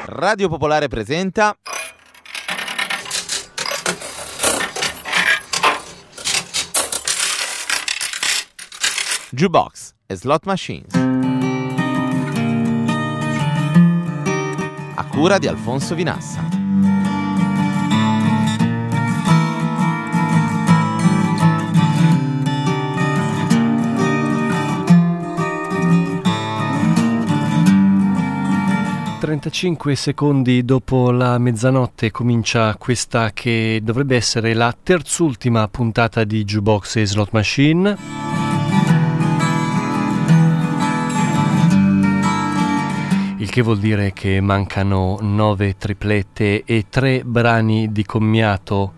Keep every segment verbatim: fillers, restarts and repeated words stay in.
Radio Popolare presenta Jukebox e Slot Machines, a cura di Alfonso Vinassa. trentacinque secondi dopo la mezzanotte comincia questa che dovrebbe essere la terzultima puntata di Jukebox e Slot Machine. Il che vuol dire che mancano nove triplette e tre brani di commiato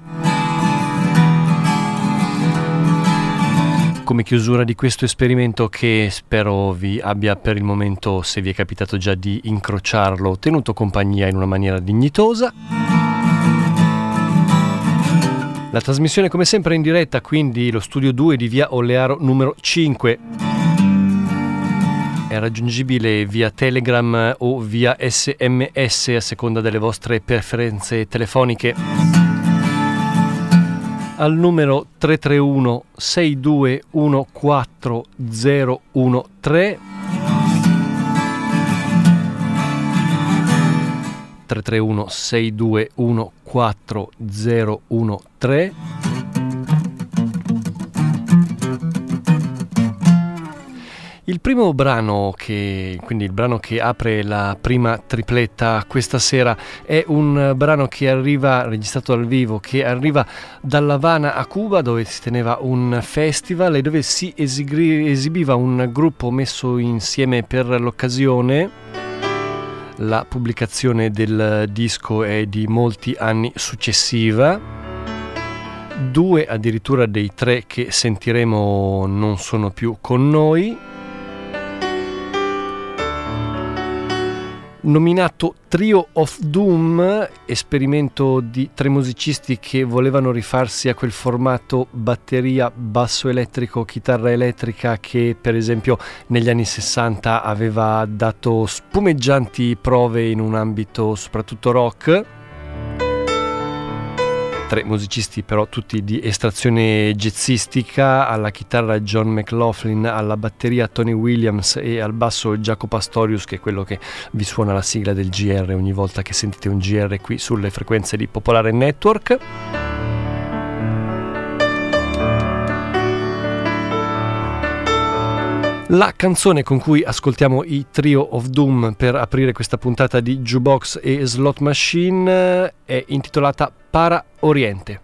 come chiusura di questo esperimento, che spero vi abbia per il momento, se vi è capitato già di incrociarlo, tenuto compagnia in una maniera dignitosa. La trasmissione come sempre è in diretta, quindi lo studio due di via Olearo numero cinque è raggiungibile via Telegram o via S M S a seconda delle vostre preferenze telefoniche al numero tre tre uno sei due uno quattro zero uno tre tre tre uno sei due uno quattro zero uno tre. Il primo brano, che quindi il brano che apre la prima tripletta questa sera, è un brano che arriva, registrato dal vivo, che arriva dall'Havana a Cuba, dove si teneva un festival e dove si esibri, esibiva un gruppo messo insieme per l'occasione. La pubblicazione del disco è di molti anni successiva. Due addirittura dei tre che sentiremo non sono più con noi. Nominato Trio of Doom, esperimento di tre musicisti che volevano rifarsi a quel formato batteria, basso elettrico, chitarra elettrica che per esempio negli anni sessanta aveva dato spumeggianti prove in un ambito soprattutto rock. Tre musicisti però tutti di estrazione jazzistica: alla chitarra John McLaughlin, alla batteria Tony Williams e al basso Jaco Pastorius, che è quello che vi suona la sigla del G R ogni volta che sentite un G R qui sulle frequenze di Popolare Network. La canzone con cui ascoltiamo i Trio of Doom per aprire questa puntata di Jukebox e Slot Machine è intitolata Para Oriente.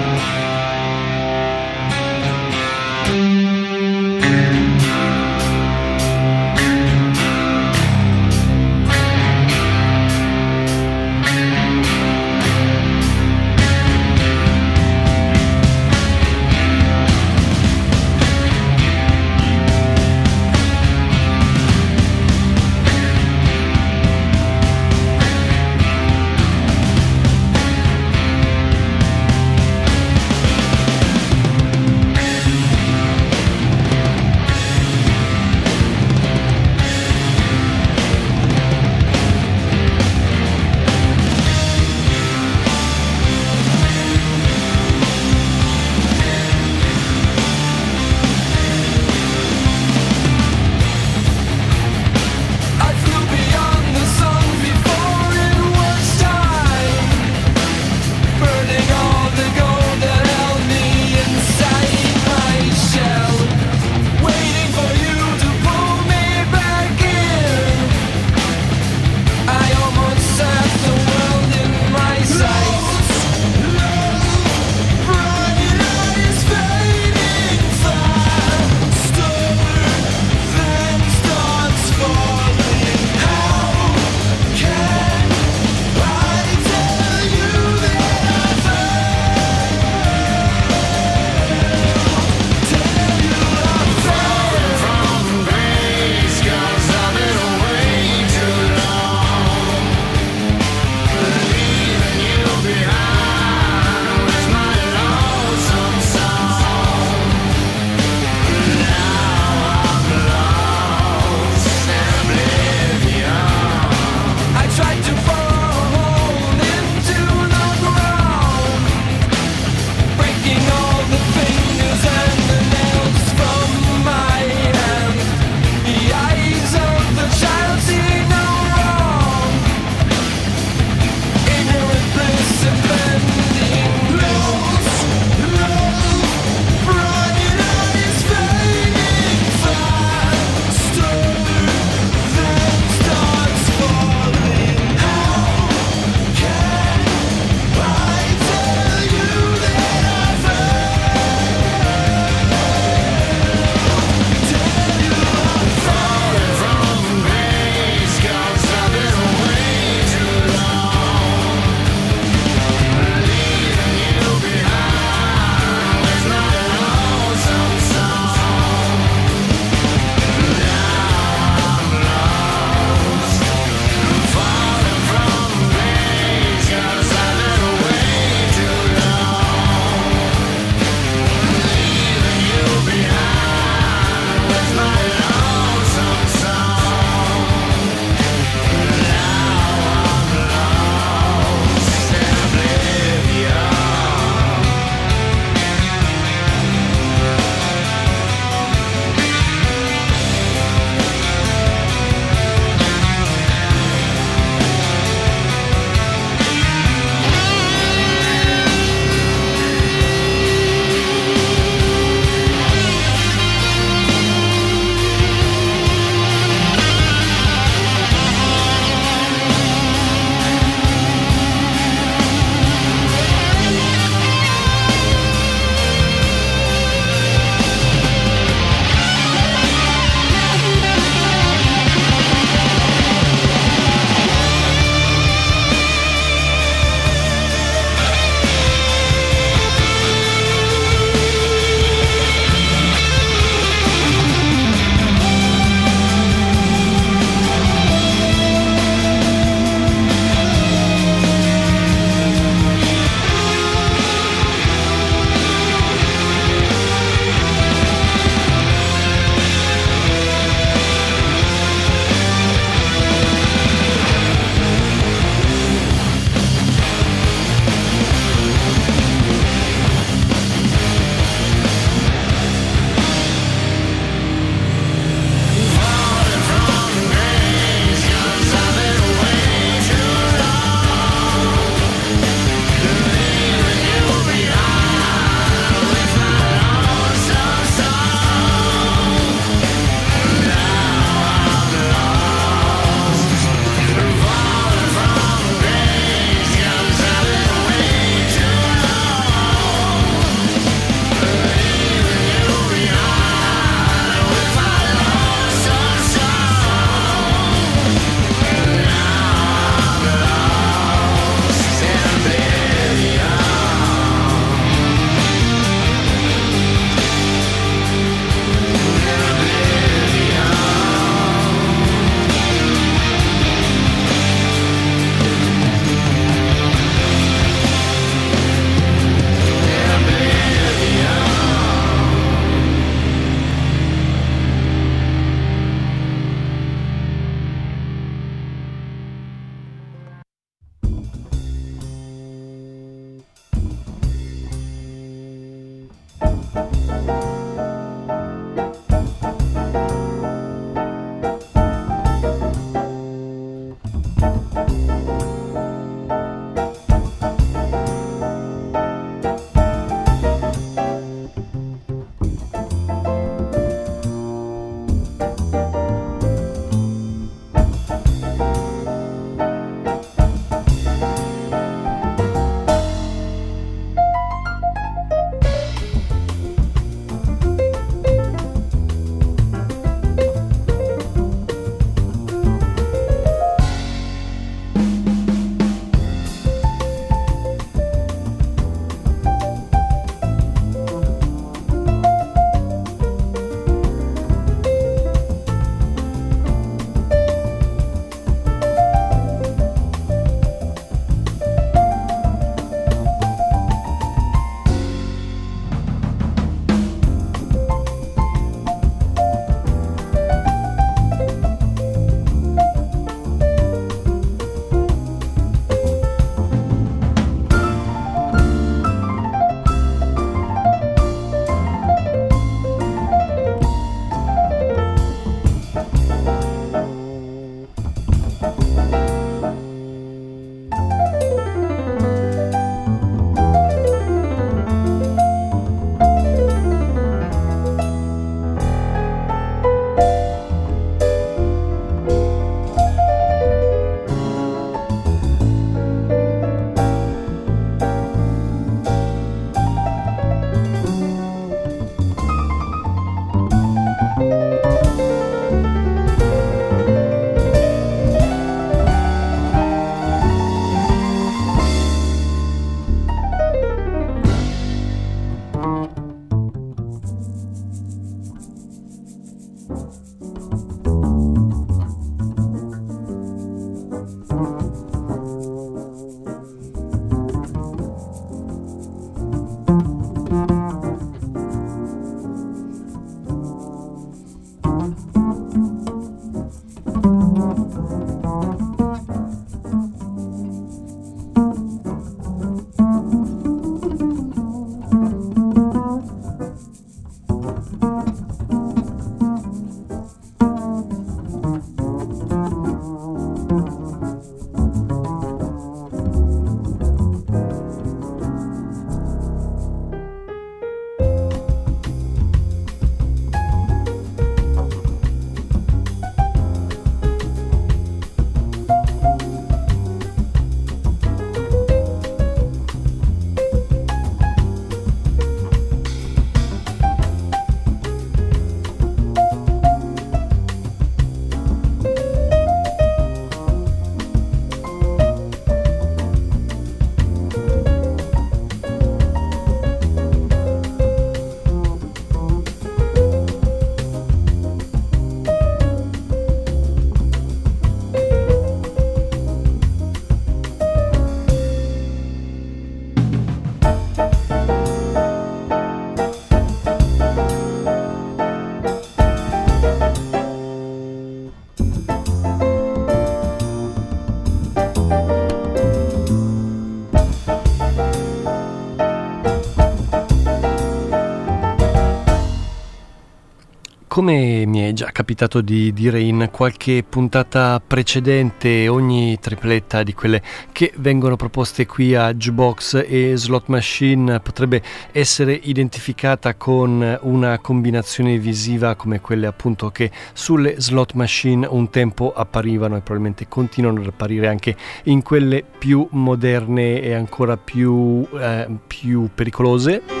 Come mi è già capitato di dire in qualche puntata precedente, ogni tripletta di quelle che vengono proposte qui a Jukebox e Slot Machine potrebbe essere identificata con una combinazione visiva come quelle appunto che sulle Slot Machine un tempo apparivano e probabilmente continuano ad apparire anche in quelle più moderne e ancora più, eh, più pericolose.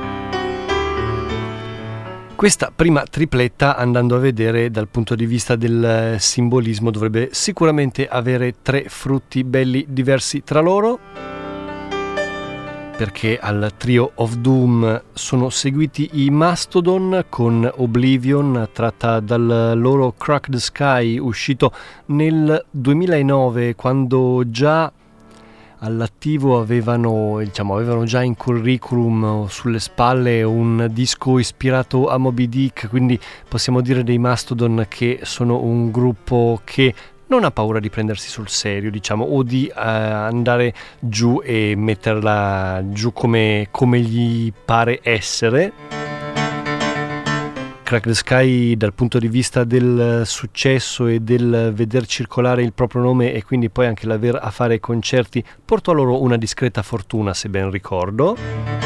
Questa prima tripletta, andando a vedere dal punto di vista del simbolismo, dovrebbe sicuramente avere tre frutti belli diversi tra loro, perché al Trio of Doom sono seguiti i Mastodon con Oblivion, tratta dal loro Crack the Sky, uscito nel duemilanove, quando già all'attivo avevano, diciamo, avevano già in curriculum sulle spalle un disco ispirato a Moby Dick, quindi possiamo dire dei Mastodon che sono un gruppo che non ha paura di prendersi sul serio, diciamo, o di uh, andare giù e metterla giù come, come gli pare essere. Crack the Sky, dal punto di vista del successo e del veder circolare il proprio nome e quindi poi anche l'aver a fare concerti, portò loro una discreta fortuna, se ben ricordo.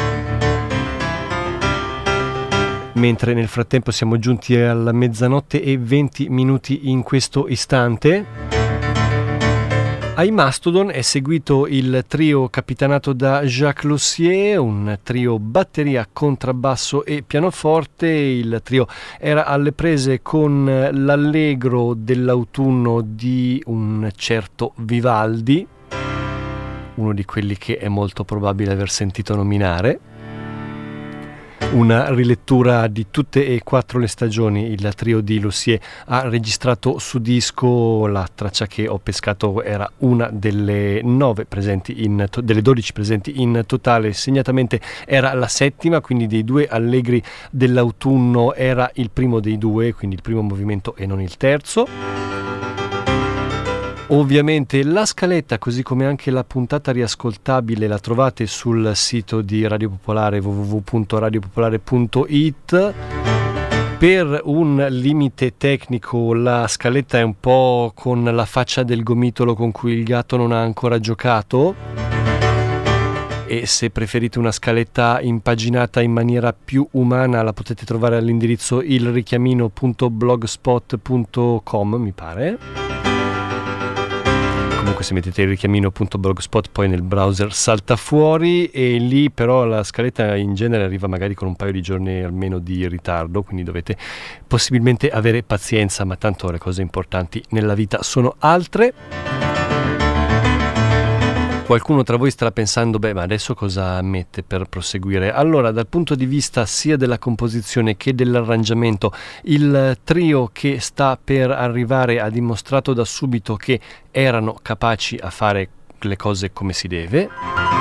Mentre nel frattempo siamo giunti alla mezzanotte e venti minuti in questo istante. Ai Mastodon è seguito il trio capitanato da Jacques Lussier, un trio batteria, contrabbasso e pianoforte. Il trio era alle prese con l'allegro dell'autunno di un certo Vivaldi, uno di quelli che è molto probabile aver sentito nominare. Una rilettura di tutte e quattro le stagioni. Il trio di Lussier ha registrato su disco, la traccia che ho pescato era una delle nove presenti in to- delle dodici presenti in totale, segnatamente era la settima, quindi dei due allegri dell'autunno era il primo dei due, quindi il primo movimento e non il terzo. Ovviamente la scaletta, così come anche la puntata riascoltabile, la trovate sul sito di Radio Popolare, w w w punto radio popolare punto i t. Per un limite tecnico la scaletta è un po' con la faccia del gomitolo con cui il gatto non ha ancora giocato, e se preferite una scaletta impaginata in maniera più umana la potete trovare all'indirizzo ilrichiamino punto blogspot punto com, mi pare. Comunque se mettete il richiamino punto blogspot poi nel browser salta fuori, e lì però la scaletta in genere arriva magari con un paio di giorni almeno di ritardo, quindi dovete possibilmente avere pazienza, ma tanto le cose importanti nella vita sono altre. Qualcuno tra voi starà pensando, beh, ma adesso cosa mette per proseguire? Allora, dal punto di vista sia della composizione che dell'arrangiamento, il trio che sta per arrivare ha dimostrato da subito che erano capaci a fare le cose come si deve.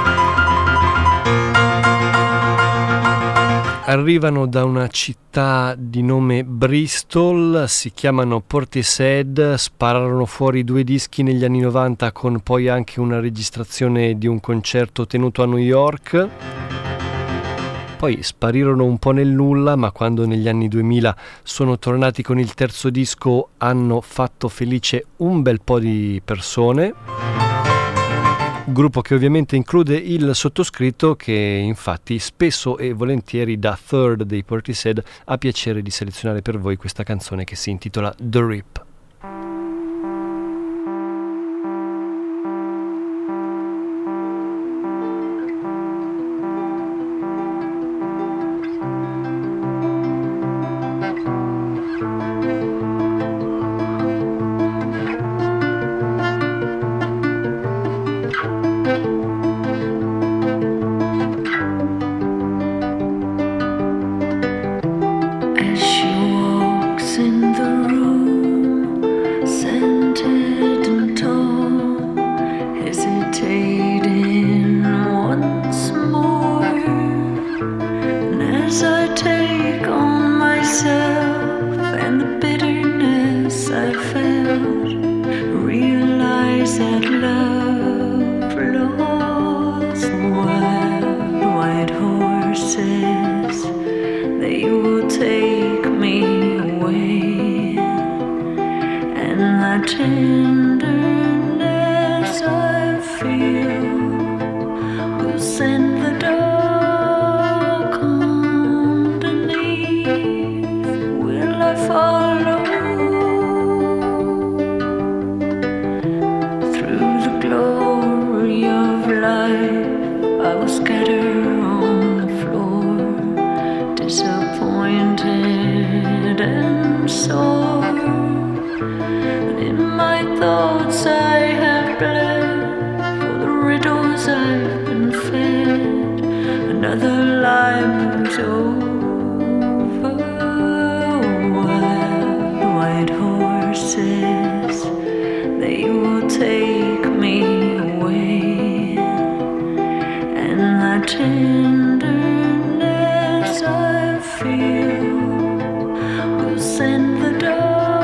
Arrivano da una città di nome Bristol, si chiamano Portishead, spararono fuori due dischi negli anni novanta con poi anche una registrazione di un concerto tenuto a New York. Poi sparirono un po' nel nulla, ma quando negli anni duemila sono tornati con il terzo disco hanno fatto felice un bel po' di persone. Gruppo che ovviamente include il sottoscritto, che infatti spesso e volentieri da Third dei Portishead ha piacere di selezionare per voi questa canzone che si intitola The Rip. In the room tenderness I feel will send the dark underneath. Will I follow through the glory of life? I will scatter on the floor, disappointed and sore. Thoughts I have bled for the riddles I've been fed. Another lie moves over. Wild white horses, they will take me away, and the tenderness I feel will send the dark.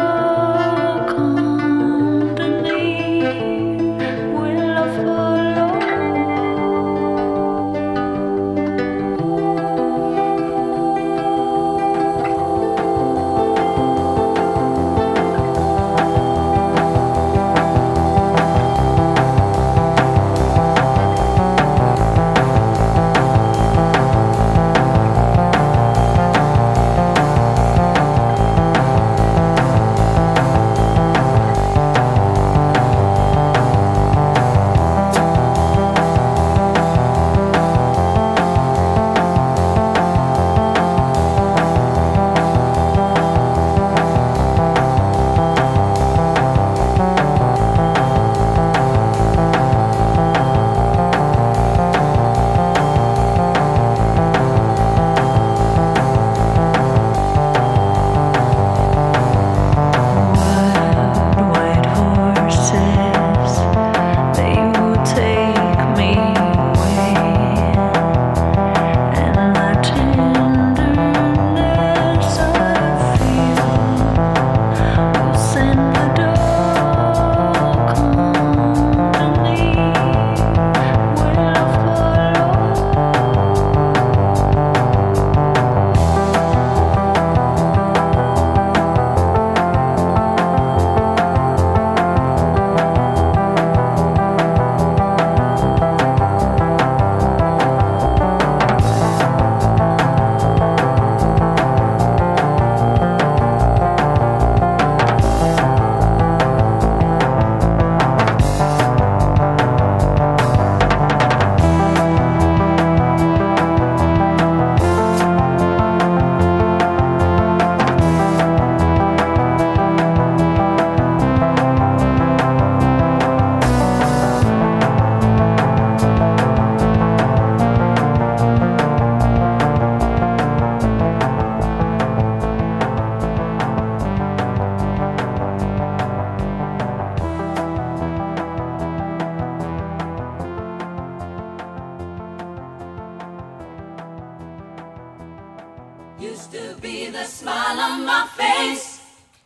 Used to be the smile on my face.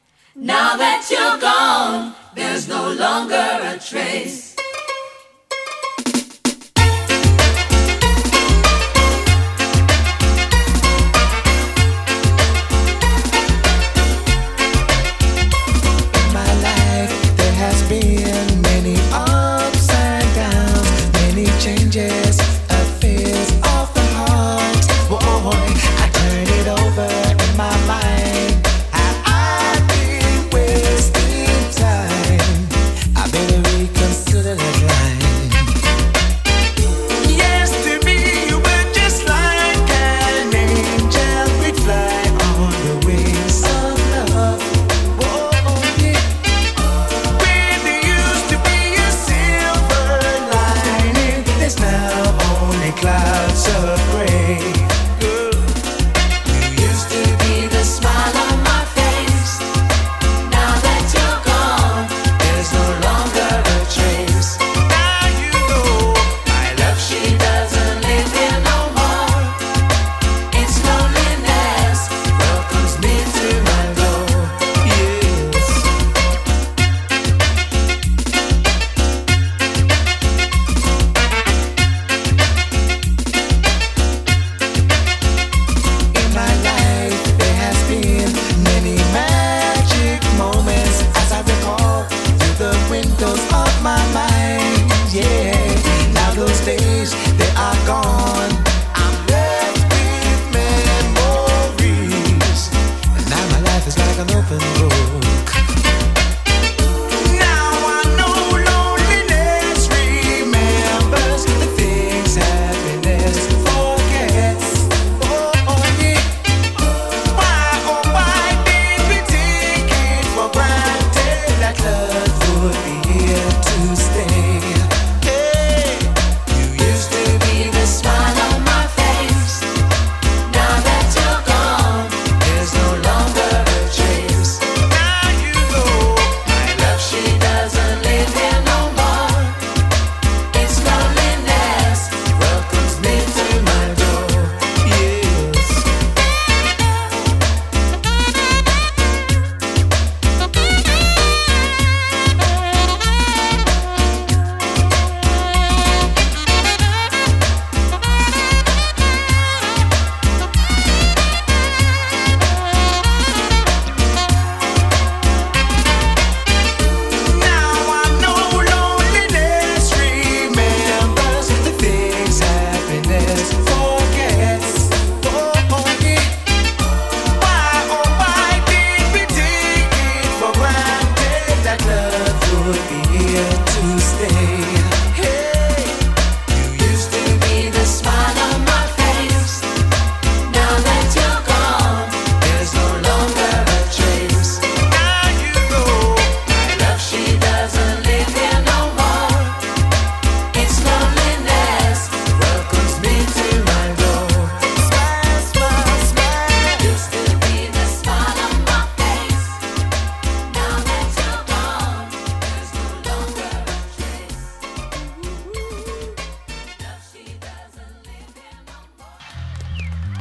Now that you're gone, there's no longer a trace. Consider would be here to stay. Hey, you used to be the smile on my face. Now that you're gone, there's no longer a trace. Now you go, my love, she doesn't live here no more. It's loneliness welcomes me to my door. Smile, smile, smile. Used to be the smile on my face. Now that you're gone, there's no longer a trace. Love, she doesn't live here no more.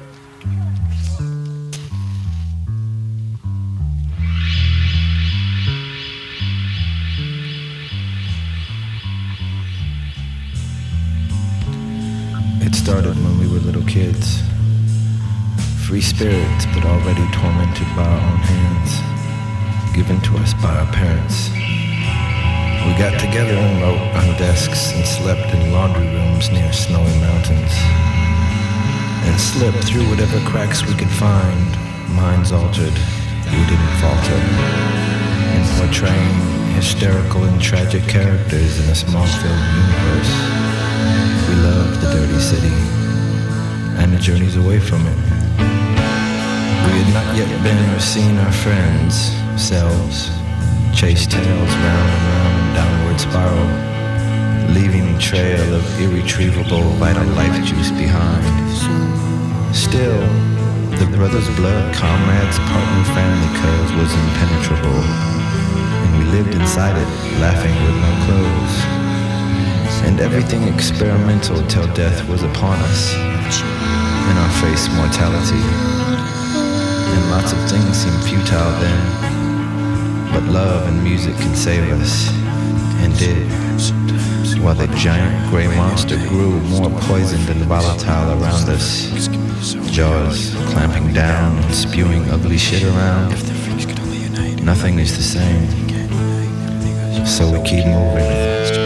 It started when we were little kids, free spirits but already tormented by our own hands, given to us by our parents. We got together and wrote on desks and slept in laundry rooms near snowy mountains, and slipped through whatever cracks we could find, minds altered, we didn't falter, in portraying hysterical and tragic characters in a small-filled universe. We loved the dirty city and the journeys away from it. We had not yet been or seen our friends, selves, chase tails round and round in downward spiral, leaving a trail of irretrievable vital life juice behind. Still, the brothers' blood, comrades, partner, family cause was impenetrable, and we lived inside it, laughing with no clothes. And everything experimental till death was upon us, in our face mortality. And lots of things seemed futile then, but love and music can save us, and did, while the giant gray monster grew more poisoned and volatile around us, jaws clamping down and spewing ugly shit around. Nothing is the same, so we keep moving.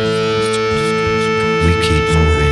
We keep moving.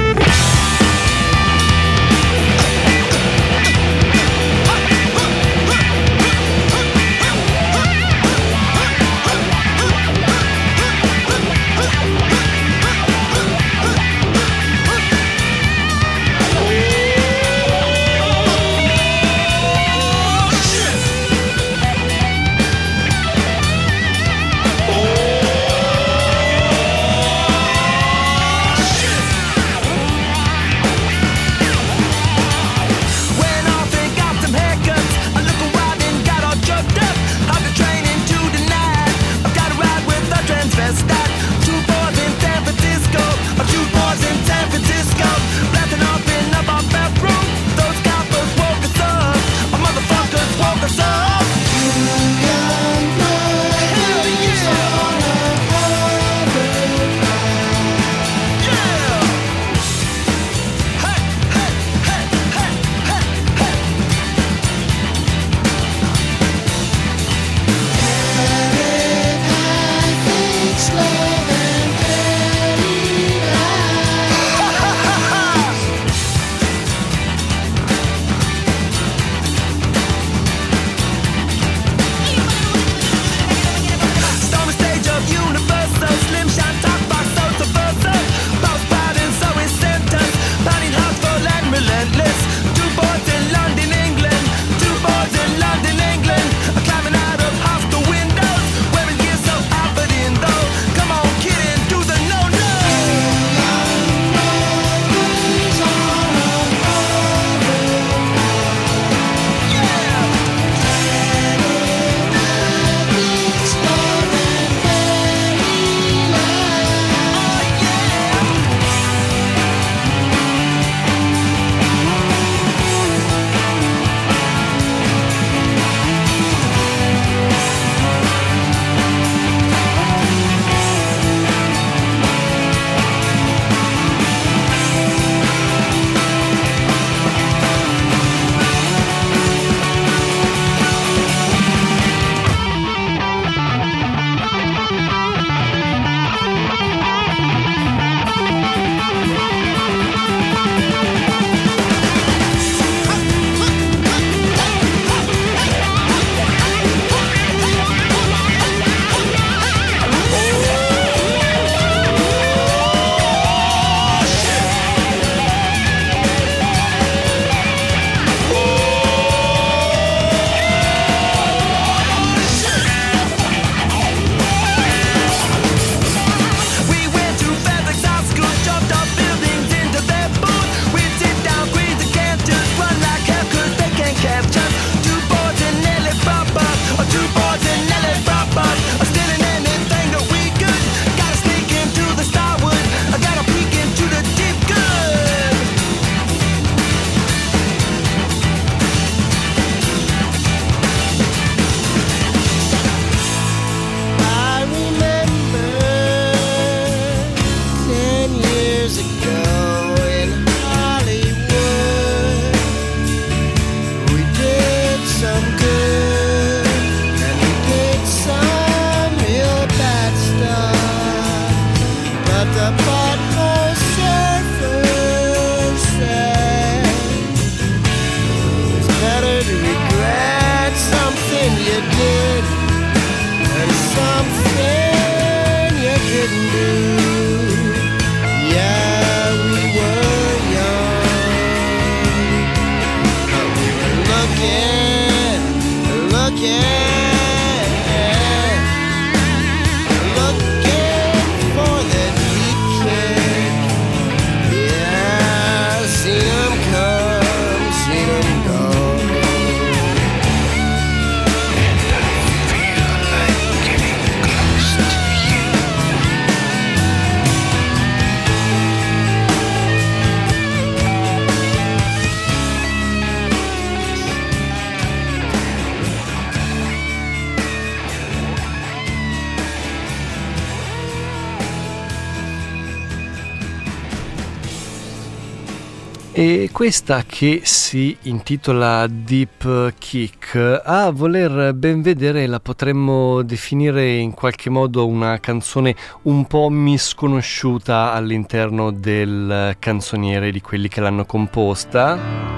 E questa, che si intitola Deep Kick, a voler ben vedere la potremmo definire in qualche modo una canzone un po' misconosciuta all'interno del canzoniere di quelli che l'hanno composta.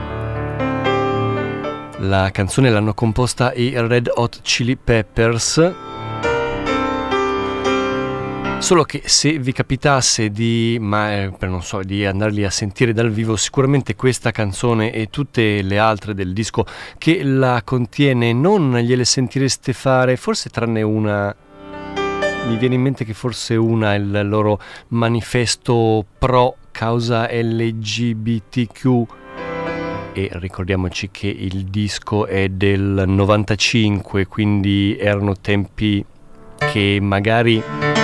La canzone l'hanno composta i Red Hot Chili Peppers. Solo che se vi capitasse di, ma, per non so, di andarli a sentire dal vivo, sicuramente questa canzone e tutte le altre del disco che la contiene non gliele sentireste fare, forse tranne una. Mi viene in mente che forse una è il loro manifesto pro causa L G B T Q, e ricordiamoci che il disco è del novantacinque, quindi erano tempi che magari,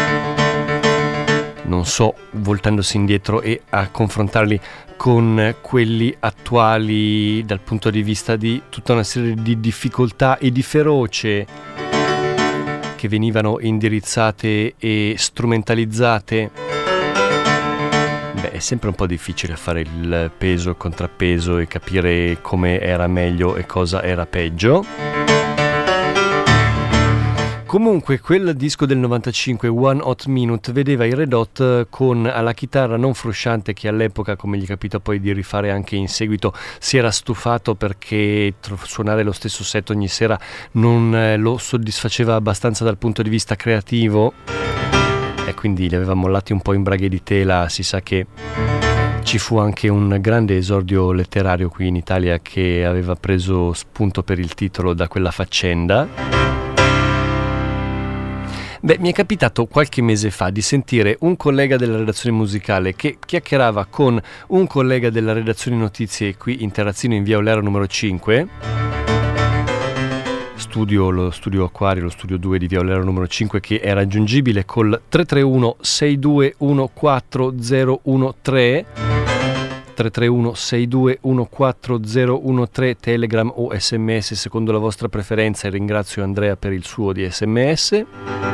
non so, voltandosi indietro e a confrontarli con quelli attuali dal punto di vista di tutta una serie di difficoltà e di feroce che venivano indirizzate e strumentalizzate, beh, è sempre un po' difficile fare il peso, contrappeso e capire come era meglio e cosa era peggio. Comunque quel disco del novantacinque, One Hot Minute, vedeva i Red Hot con alla chitarra non Frusciante, che all'epoca, come gli capita poi di rifare anche in seguito, si era stufato perché suonare lo stesso set ogni sera non lo soddisfaceva abbastanza dal punto di vista creativo, e quindi li aveva mollati un po' in braghe di tela. Si sa che ci fu anche un grande esordio letterario qui in Italia che aveva preso spunto per il titolo da quella faccenda. Beh, mi è capitato qualche mese fa di sentire un collega della redazione musicale che chiacchierava con un collega della redazione notizie qui in Terrazzino in via Olera numero cinque, studio, lo studio Acquario, lo studio due di via Olera numero cinque, che è raggiungibile col tre tre uno sei due uno quattro zero uno tre, tre tre uno sei due uno quattro zero uno tre, Telegram o sms secondo la vostra preferenza, e ringrazio Andrea per il suo di sms.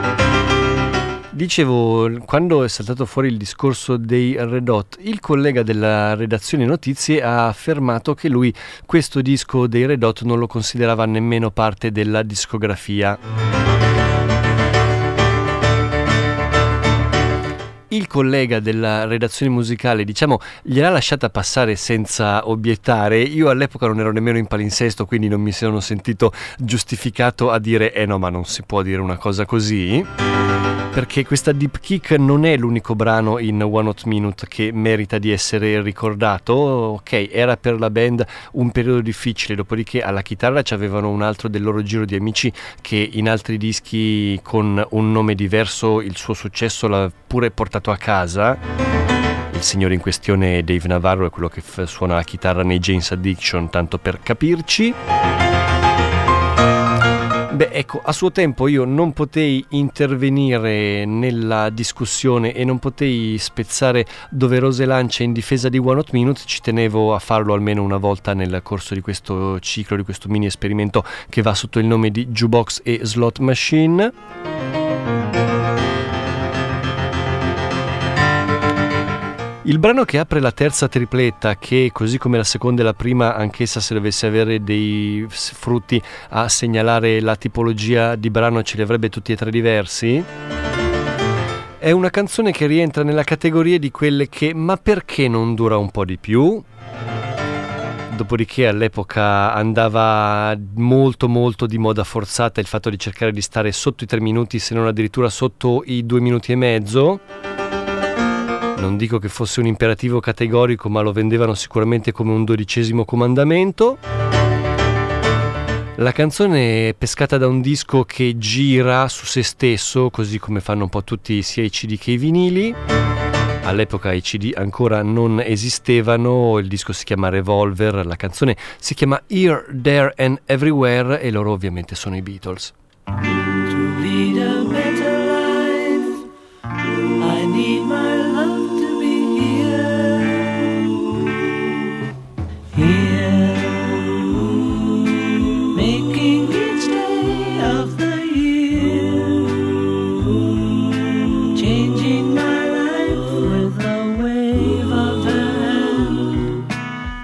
Dicevo, quando è saltato fuori il discorso dei Red Hot, il collega della redazione notizie ha affermato che lui questo disco dei Red Hot non lo considerava nemmeno parte della discografia. Il collega della redazione musicale, diciamo, gliel'ha lasciata passare senza obiettare. Io all'epoca non ero nemmeno in palinsesto, quindi non mi sono sentito giustificato a dire eh no, ma non si può dire una cosa così, perché questa Deep Kick non è l'unico brano in One Hot Minute che merita di essere ricordato. Ok, era per la band un periodo difficile, dopodiché alla chitarra c'avevano un altro del loro giro di amici che in altri dischi con un nome diverso il suo successo l'ha pure portato a casa. Il signore in questione è Dave Navarro, è quello che f- suona la chitarra nei Jane's Addiction, tanto per capirci. Beh, ecco, a suo tempo io non potei intervenire nella discussione e non potei spezzare doverose lance in difesa di One Hot Minute. Ci tenevo a farlo almeno una volta nel corso di questo ciclo, di questo mini esperimento che va sotto il nome di Jukebox e Slot Machine. Il brano che apre la terza tripletta, che così come la seconda e la prima, anch'essa se dovesse avere dei frutti a segnalare la tipologia di brano ce li avrebbe tutti e tre diversi, è una canzone che rientra nella categoria di quelle che ma perché non dura un po' di più? Dopodiché all'epoca andava molto molto di moda forzata il fatto di cercare di stare sotto i tre minuti, se non addirittura sotto i due minuti e mezzo. Non dico che fosse un imperativo categorico, ma lo vendevano sicuramente come un dodicesimo comandamento. La canzone è pescata da un disco che gira su se stesso, così come fanno un po' tutti sia i C D che i vinili. All'epoca i C D ancora non esistevano, il disco si chiama Revolver, la canzone si chiama Here, There and Everywhere e loro ovviamente sono i Beatles. To lead a better life, I need my love to be here, here, making each day of the year, changing my life with a wave of the hand,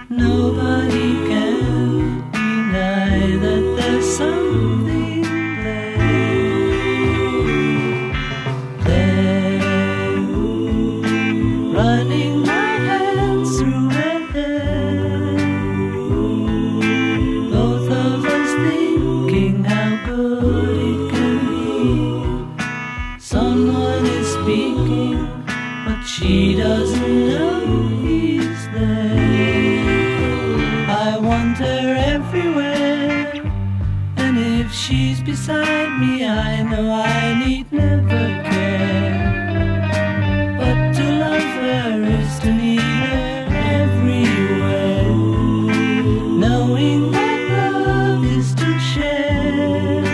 She doesn't know he's there. I want her everywhere, and if she's beside me, I know I need never care. But to love her is to need her everywhere, knowing that love is to share.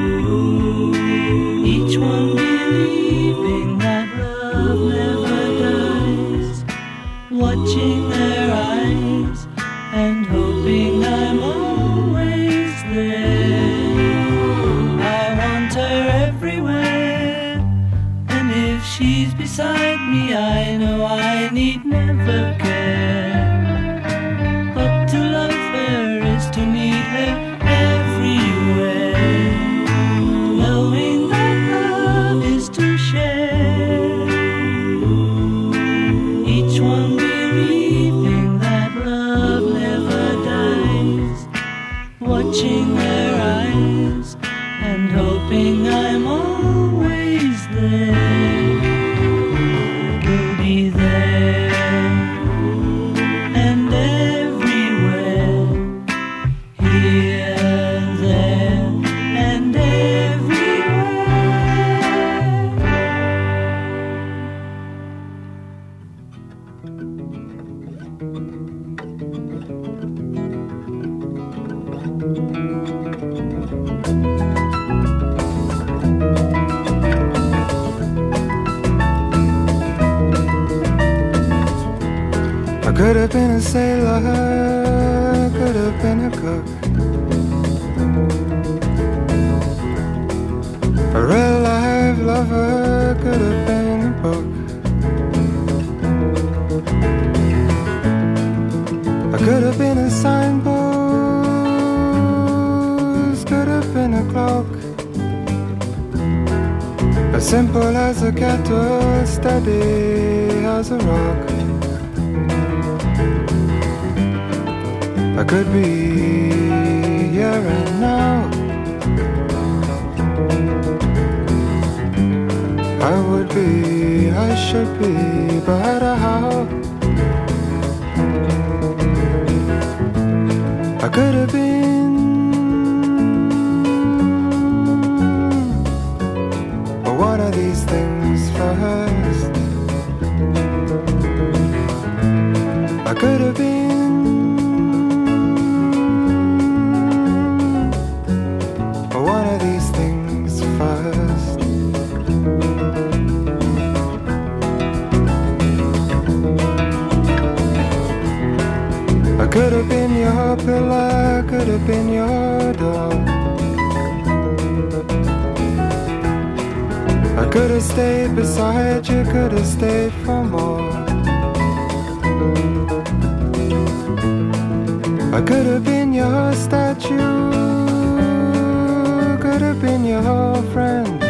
Each one believing that love never dies, watching their eyes and hoping I'm always there. I want her everywhere, and if she's beside me, I know I need never care. But to love her is to need her everywhere, knowing that love is to share. Each one believing that love never dies, watching their eyes and hoping I'm always there. We'll be there and everywhere, here, there, and everywhere. I could have been a sailor, could have been a cook, a real life lover, could have been a book. I could have been a signpost, could have been a cloak, as simple as a kettle, steady as a rock. I could be here and now, I would be, I should be, but how? I could have been one of these things first. I could have been one of these things first. I could have been your pillar, could have been your door. I could have stayed beside you, could have stayed for more. I could have been your statue, could have been your friend.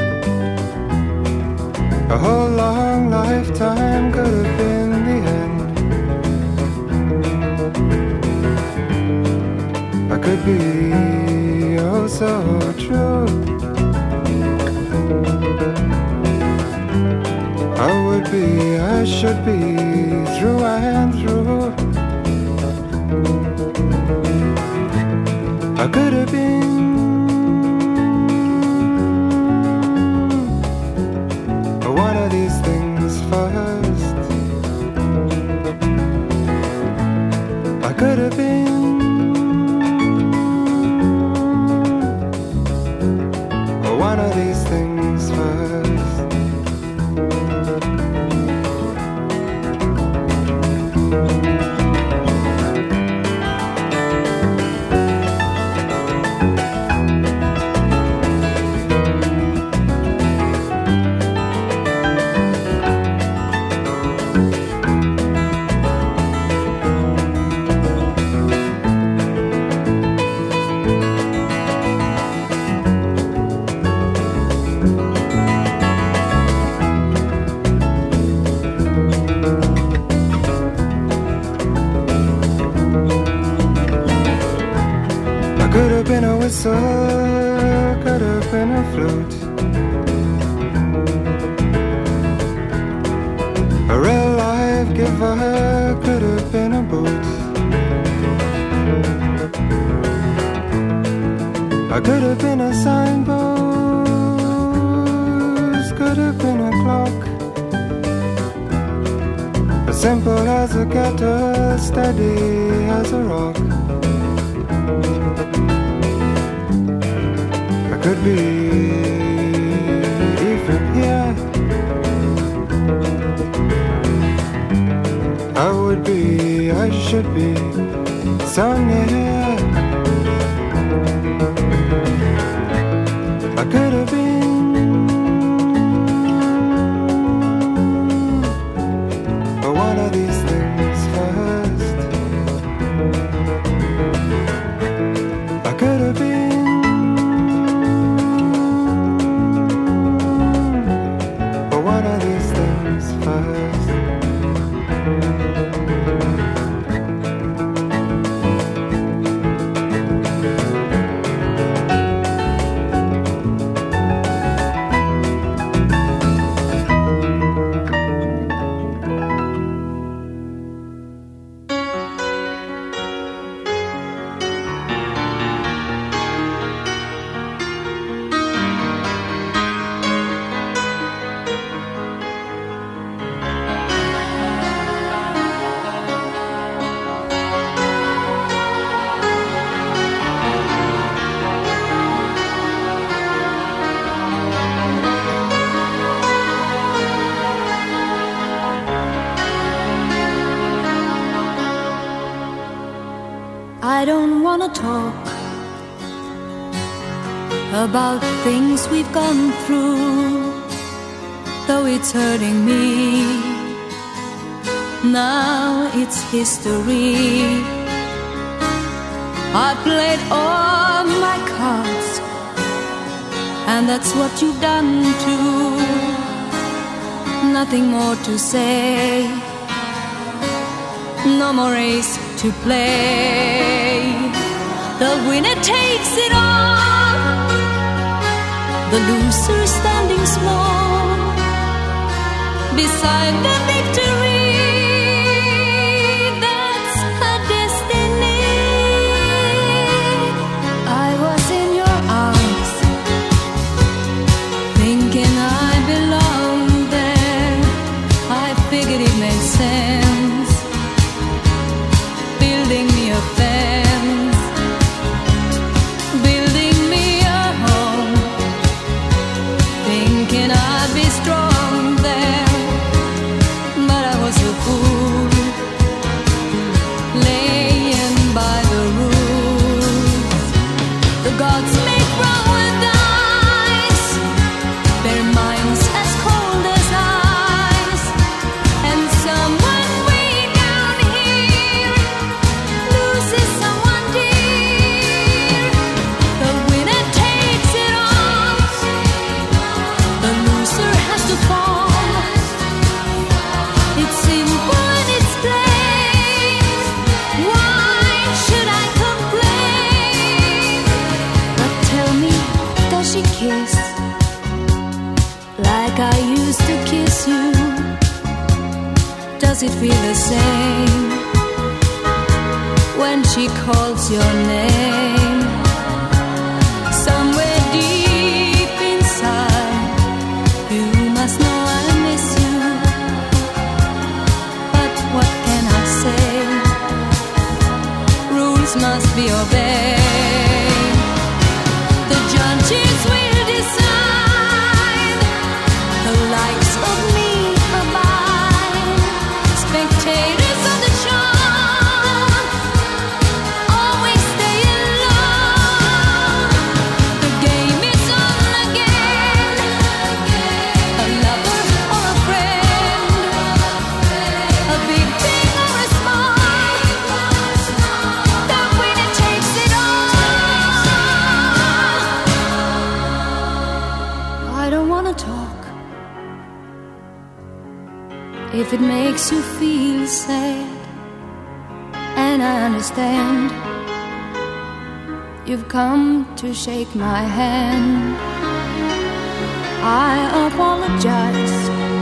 A whole long lifetime could have been the end. I could be oh so true. I would be, I should be, through and through. I could have been one of these things first. I could have been one of these things first. Could have been a whistle, could have been a flute, a real could have been a signpost, could have been a clock, as simple as a gutter, steady as a rock. I could be even here, I would be, I should be so near. I could have been, but one of these things first. I could have been, but one of these things first. I don't wanna talk about things we've gone through, though it's hurting me. Now it's history. I played all my cards, and that's what you've done too. Nothing more to say, no more race to play. The winner takes it all, the loser standing small beside the victory. That's her destiny. I was in your arms, thinking I belonged there. I figured it made sense, building me a fence, building me a home, thinking I'd be strong there. But I was a fool, laying by the rules. The gods make wrong with ice, their minds as cold as ice, and someone way down here loses someone dear. The winner takes it all, the loser has to fall. It's simple and it's plain. Why should I complain? But tell me, does she kiss like I used to kiss you? Does it feel the same when she calls your name? Somewhere deep inside, you must know I miss you. But what can I say? Rules must be obeyed. The judges will decide, the likes of me abide. Spectators of the show always stay alone. The game is on again, a lover or a friend, a big thing or a small, the winner takes it all. I don't wanna talk if it makes you feel sad, and I understand. You've come to shake my hand. I apologize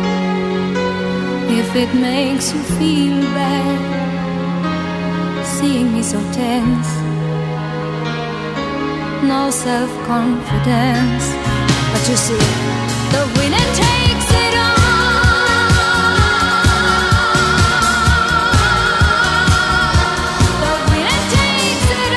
if it makes you feel bad, seeing me so tense. no self-confidence. But you see, the winner takes it all. The winner takes it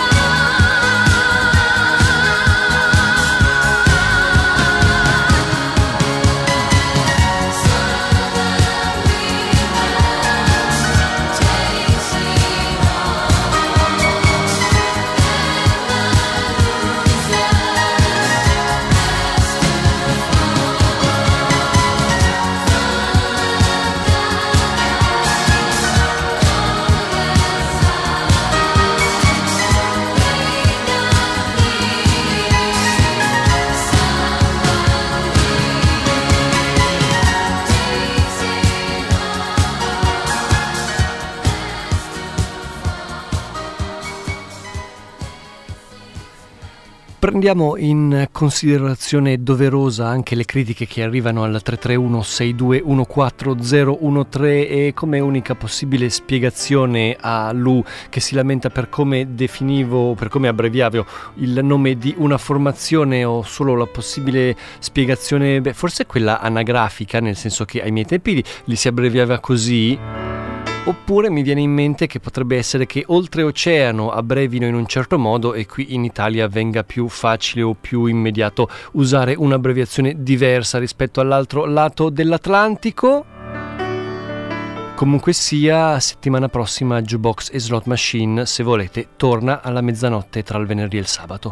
Prendiamo in considerazione doverosa anche le critiche che arrivano al tre tre uno sei due uno quattro zero uno tre e come unica possibile spiegazione a Lu, che si lamenta per come definivo, per come abbreviavo il nome di una formazione, o solo la possibile spiegazione, beh, forse quella anagrafica, nel senso che ai miei tempi li si abbreviava così. Oppure mi viene in mente che potrebbe essere che oltreoceano abbrevino in un certo modo e qui in Italia venga più facile o più immediato usare un'abbreviazione diversa rispetto all'altro lato dell'Atlantico. Comunque sia, settimana prossima Jukebox e Slot Machine, se volete, torna alla mezzanotte tra il venerdì e il sabato.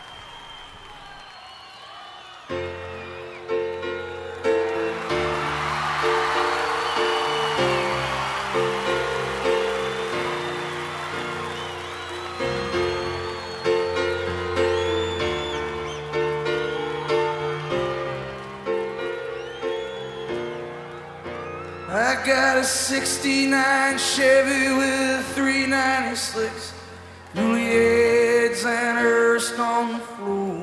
I got a sixty-nine Chevy with three ninety slicks, Juliet's and Hearst on the floor.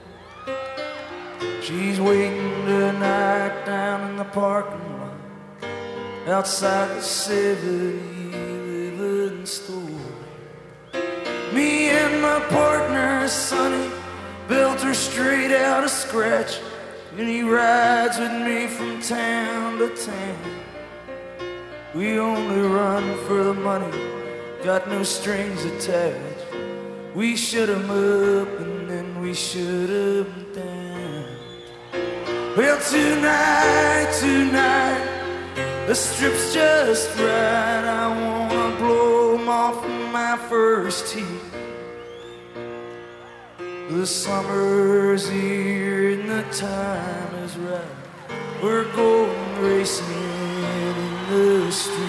She's waiting tonight down in the parking lot outside the seven-Eleven store. Me and my partner Sonny built her straight out of scratch, and he rides with me from town to town. We only run for the money, got no strings attached. We shut 'em up and then we shut 'em down. Well, tonight, tonight, the strip's just right. I wanna blow 'em off my first tee. The summer's here and the time is right. We're going racing in the street.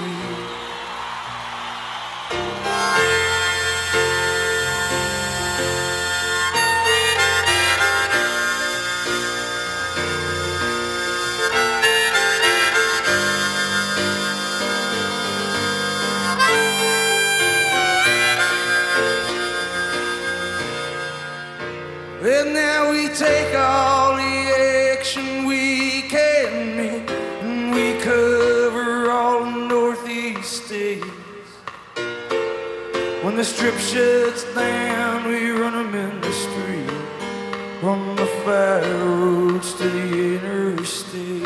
And now we take all the action we can make, and we cover all the northeast states. When the strip shuts down, we run 'em in the street, from the fire roads to the interstate.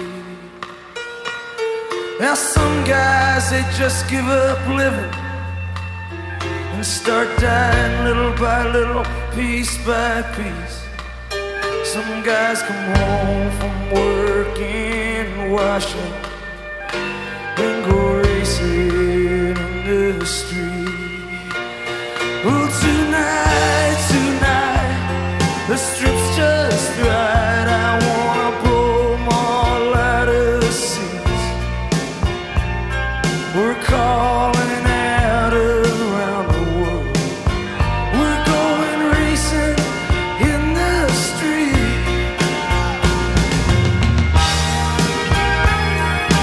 Now some guys, they just give up living and start dying little by little, piece by piece. Some guys come home from work and wash up and go racing in the street. Well, tonight, tonight, the strip's just right. I wanna blow 'em all out of the seats. We're calling out around the world. We're going racing in the street.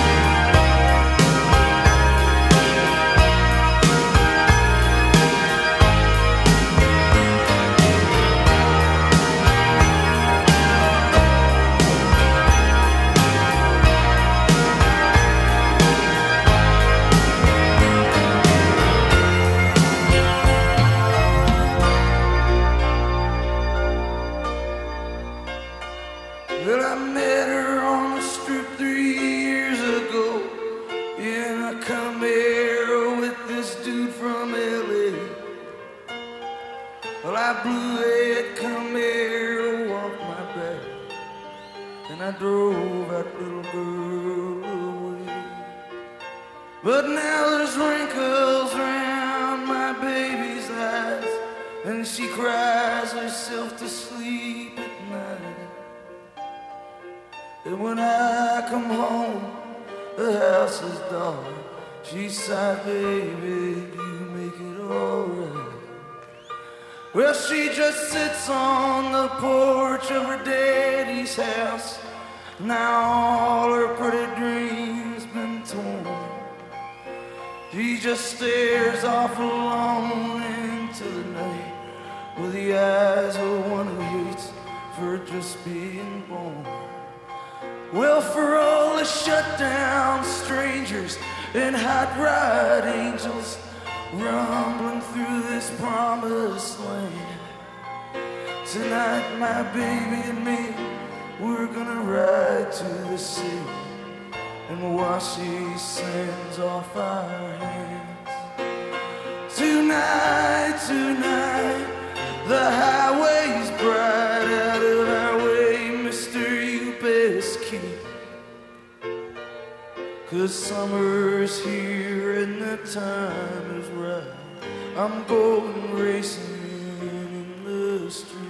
But now there's wrinkles around my baby's eyes, and she cries herself to sleep at night. And when I come home, the house is dark. She sighed, baby, you make it alright. Well, she just sits on the porch of her daddy's house. Now all her pretty dreams been torn. She just stares off alone into the night with the eyes of one who hates for just being born. Well, for all the shut down strangers and hot rod angels rumbling through this promised land, tonight my baby and me, we're gonna ride to the sea and wash these sands off our hands. Tonight, tonight, the highway's bright, out of our way, Mister You best keep. 'Cause summer's here and the time is right. I'm going racing in the street.